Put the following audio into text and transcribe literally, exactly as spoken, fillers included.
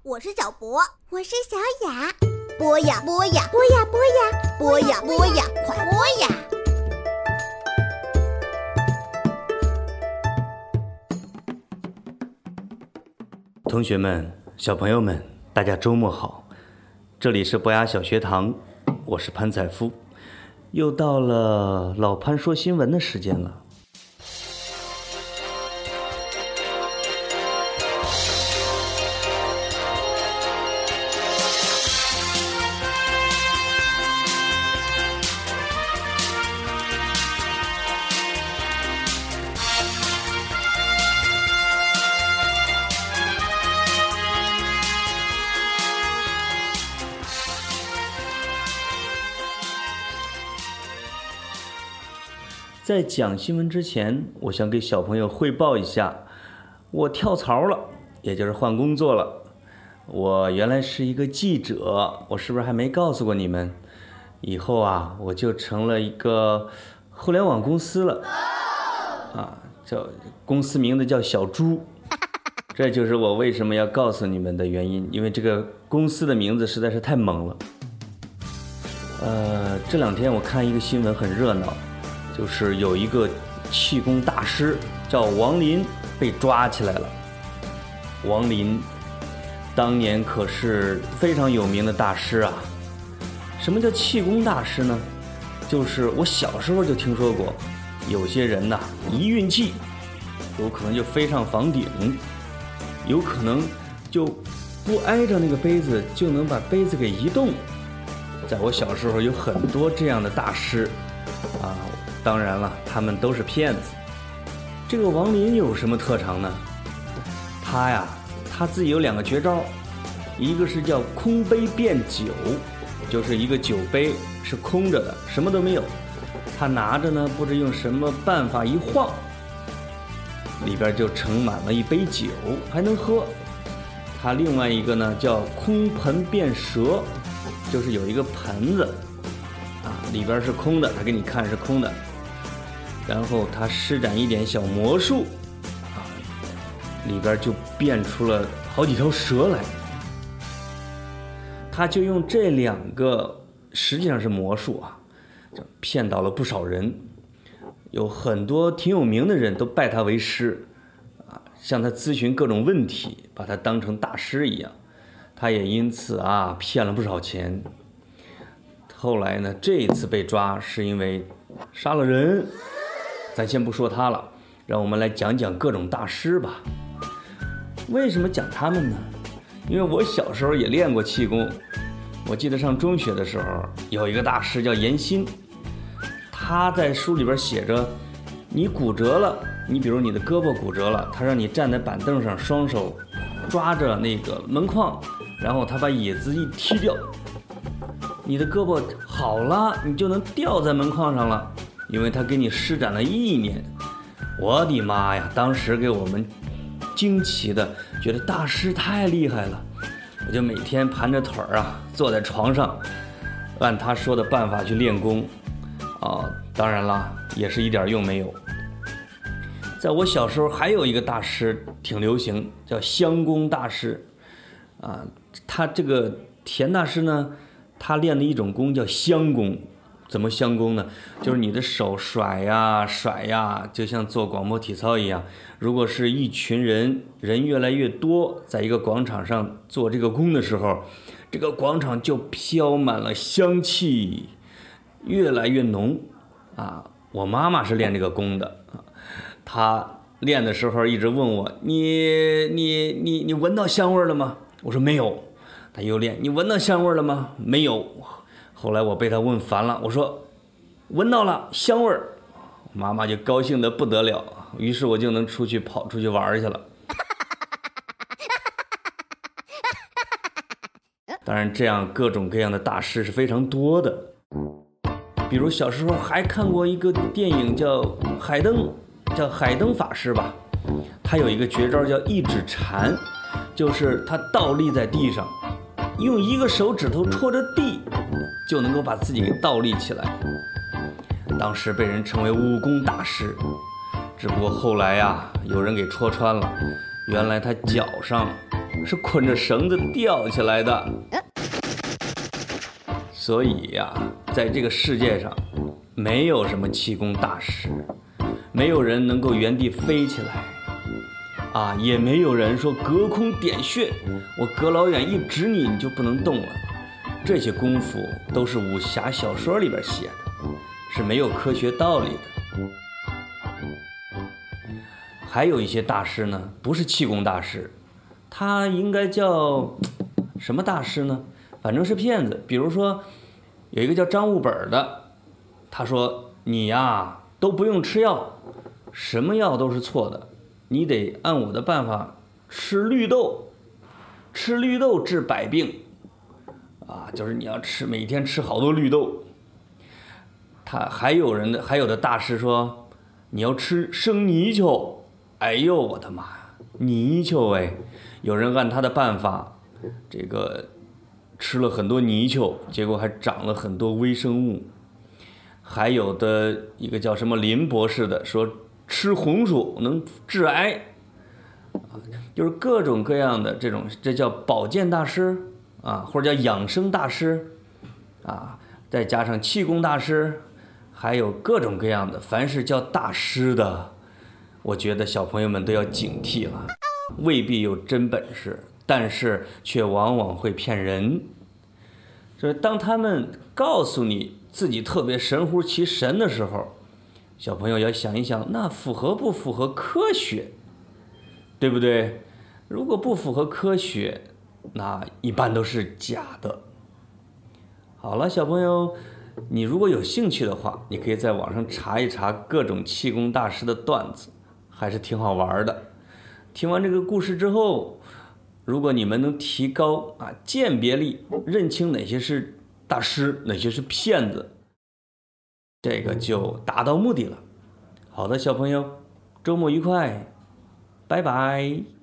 我是小博， 我是小雅。 播呀播呀播呀播呀播呀播呀，快播呀！ 同学们、小朋友们，大家周末好！这里是博雅小学堂，我是潘采夫，又到了老潘说新闻的时间了。在讲新闻之前，我想给小朋友汇报一下，我跳槽了，也就是换工作了。我原来是一个记者，我是不是还没告诉过你们？以后啊，我就成了一个互联网公司了，啊，叫公司名字叫小猪。这就是我为什么要告诉你们的原因，因为这个公司的名字实在是太猛了。呃，这两天我看一个新闻很热闹。就是有一个气功大师叫王林被抓起来了。王林当年可是非常有名的大师啊。什么叫气功大师呢？就是我小时候就听说过，有些人呐、啊、一运气有可能就飞上房顶，有可能就不挨着那个杯子就能把杯子给移动。在我小时候有很多这样的大师啊，当然了，他们都是骗子。这个王林有什么特长呢？他呀，他自己有两个绝招，一个是叫空杯变酒，就是一个酒杯是空着的，什么都没有，他拿着呢，不知用什么办法一晃，里边就盛满了一杯酒，还能喝。他另外一个呢叫空盆变蛇，就是有一个盆子啊，里边是空的，他给你看是空的。然后他施展一点小魔术，啊，里边就变出了好几条蛇来。他就用这两个，实际上是魔术啊，就骗到了不少人。有很多挺有名的人都拜他为师，啊，向他咨询各种问题，把他当成大师一样。他也因此啊骗了不少钱。后来呢，这一次被抓是因为杀了人。咱先不说他了，让我们来讲讲各种大师吧。为什么讲他们呢？因为我小时候也练过气功。我记得上中学的时候，有一个大师叫严新，他在书里边写着，你骨折了，你比如你的胳膊骨折了，他让你站在板凳上，双手抓着那个门框，然后他把椅子一踢掉，你的胳膊好了，你就能吊在门框上了。因为他给你施展了意念。我的妈呀，当时给我们惊奇的觉得大师太厉害了。我就每天盘着腿儿啊，坐在床上按他说的办法去练功啊，当然了，也是一点用没有。在我小时候还有一个大师挺流行，叫香功大师啊。他这个田大师呢，他练的一种功叫香功。怎么香功呢？就是你的手甩呀甩呀，就像做广播体操一样。如果是一群人，人越来越多，在一个广场上做这个功的时候，这个广场就飘满了香气，越来越浓啊！我妈妈是练这个功的，她练的时候一直问我：“你你你你闻到香味了吗？”我说没有。她又练：“你闻到香味了吗？”没有。后来我被他问烦了，我说闻到了香味儿，妈妈就高兴得不得了，于是我就能出去跑出去玩去了。当然这样各种各样的大师是非常多的，比如小时候还看过一个电影叫海灯，叫海灯法师吧，他有一个绝招叫一指禅，就是他倒立在地上，用一个手指头戳着地，就能够把自己给倒立起来。当时被人称为武功大师，只不过后来呀、啊，有人给戳穿了，原来他脚上是捆着绳子吊起来的。所以呀，在这个世界上，没有什么气功大师，没有人能够原地飞起来，啊，也没有人说隔空点穴，我隔老远一指你，你就不能动了。这些功夫都是武侠小说里边写的，是没有科学道理的。还有一些大师呢，不是气功大师，他应该叫什么大师呢？反正是骗子。比如说有一个叫张悟本的，他说你呀都不用吃药，什么药都是错的，你得按我的办法吃绿豆，吃绿豆治百病啊，就是你要吃每天吃好多绿豆。他还有人的还有的大师说你要吃生泥鳅，哎呦我的妈呀，泥鳅哎！有人按他的办法，这个吃了很多泥鳅，结果还长了很多微生物。还有的一个叫什么林博士的说吃红薯能治癌，就是各种各样的这种，这叫保健大师啊，或者叫养生大师啊，再加上气功大师，还有各种各样的，凡是叫大师的，我觉得小朋友们都要警惕了，未必有真本事，但是却往往会骗人。所以当他们告诉你自己特别神乎其神的时候，小朋友要想一想，那符合不符合科学，对不对？如果不符合科学，那一般都是假的。好了，小朋友，你如果有兴趣的话，你可以在网上查一查各种气功大师的段子，还是挺好玩的。听完这个故事之后，如果你们能提高啊鉴别力，认清哪些是大师，哪些是骗子，这个就达到目的了。好的，小朋友，周末愉快，拜拜。